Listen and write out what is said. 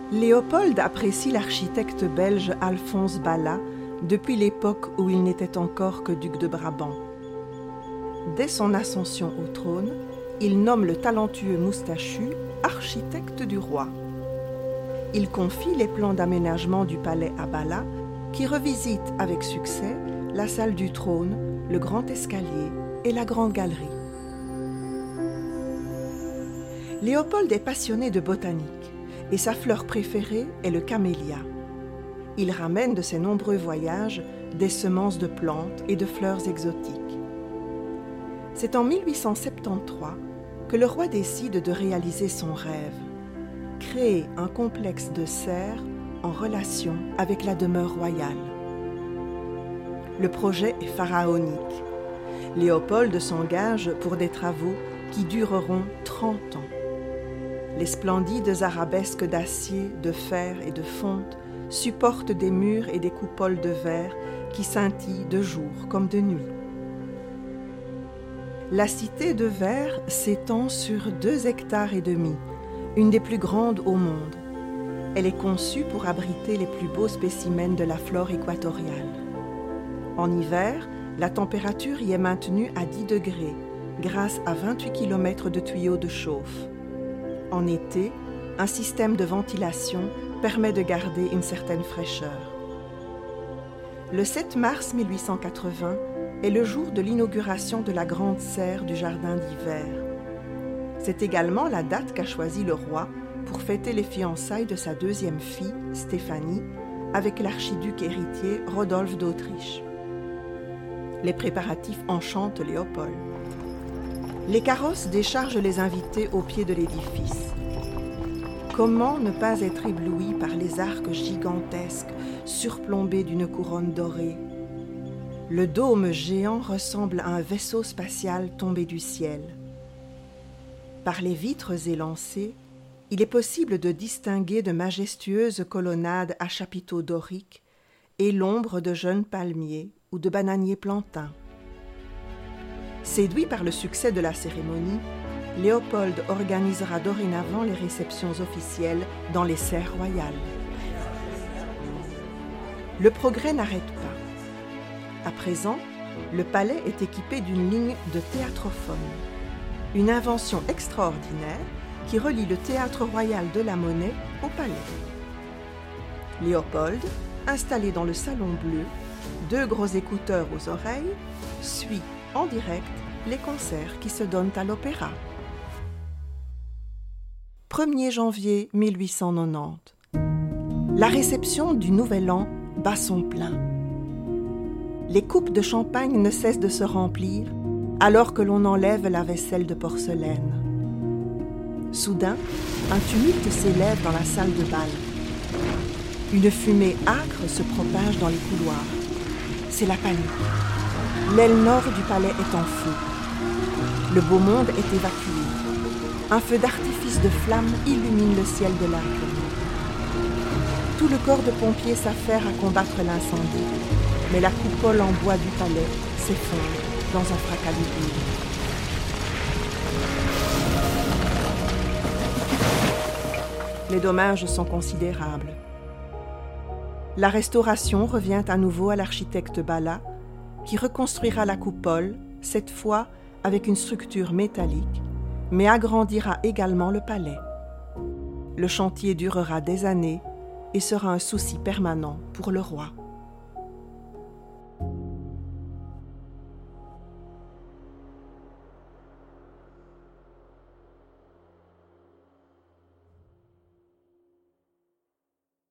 Léopold apprécie l'architecte belge Alphonse Balla depuis l'époque où il n'était encore que duc de Brabant. Dès son ascension au trône, il nomme le talentueux moustachu architecte du roi. Il confie les plans d'aménagement du palais à Balla, qui revisite avec succès la salle du trône, le grand escalier et la grande galerie. Léopold est passionné de botanique et sa fleur préférée est le camélia. Il ramène de ses nombreux voyages des semences de plantes et de fleurs exotiques. C'est en 1873 que le roi décide de réaliser son rêve, créer un complexe de serres en relation avec la demeure royale. Le projet est pharaonique. Léopold s'engage pour des travaux qui dureront 30 ans. Les splendides arabesques d'acier, de fer et de fonte supportent des murs et des coupoles de verre qui scintillent de jour comme de nuit. La cité de verre s'étend sur 2,5 hectares, une des plus grandes au monde. Elle est conçue pour abriter les plus beaux spécimens de la flore équatoriale. En hiver, la température y est maintenue à 10 degrés grâce à 28 km de tuyaux de chauffe. En été, un système de ventilation permet de garder une certaine fraîcheur. Le 7 mars 1880 est le jour de l'inauguration de la grande serre du jardin d'hiver. C'est également la date qu'a choisie le roi pour fêter les fiançailles de sa deuxième fille, Stéphanie, avec l'archiduc héritier Rodolphe d'Autriche. Les préparatifs enchantent Léopold. Les carrosses déchargent les invités au pied de l'édifice. Comment ne pas être ébloui par les arcs gigantesques surplombés d'une couronne dorée? Le dôme géant ressemble à un vaisseau spatial tombé du ciel. Par les vitres élancées, il est possible de distinguer de majestueuses colonnades à chapiteaux doriques et l'ombre de jeunes palmiers ou de bananiers plantains. Séduit par le succès de la cérémonie, Léopold organisera dorénavant les réceptions officielles dans les serres royales. Le progrès n'arrête pas. À présent, le palais est équipé d'une ligne de théâtrophone, une invention extraordinaire qui relie le théâtre royal de la Monnaie au palais. Léopold, installé dans le salon bleu, 2 gros écouteurs aux oreilles, suit en direct les concerts qui se donnent à l'opéra. 1er janvier 1890. La réception du Nouvel An bat son plein. Les coupes de champagne ne cessent de se remplir alors que l'on enlève la vaisselle de porcelaine. Soudain, un tumulte s'élève dans la salle de bal. Une fumée âcre se propage dans les couloirs. C'est la panique. L'aile nord du palais est en feu. Le beau monde est évacué. Un feu d'artifice de flammes illumine le ciel de l'Arc. Tout le corps de pompiers s'affaire à combattre l'incendie, mais la coupole en bois du palais s'effondre dans un fracas lugubre. Les dommages sont considérables. La restauration revient à nouveau à l'architecte Balla, qui reconstruira la coupole, cette fois avec une structure métallique, mais agrandira également le palais. Le chantier durera des années et sera un souci permanent pour le roi.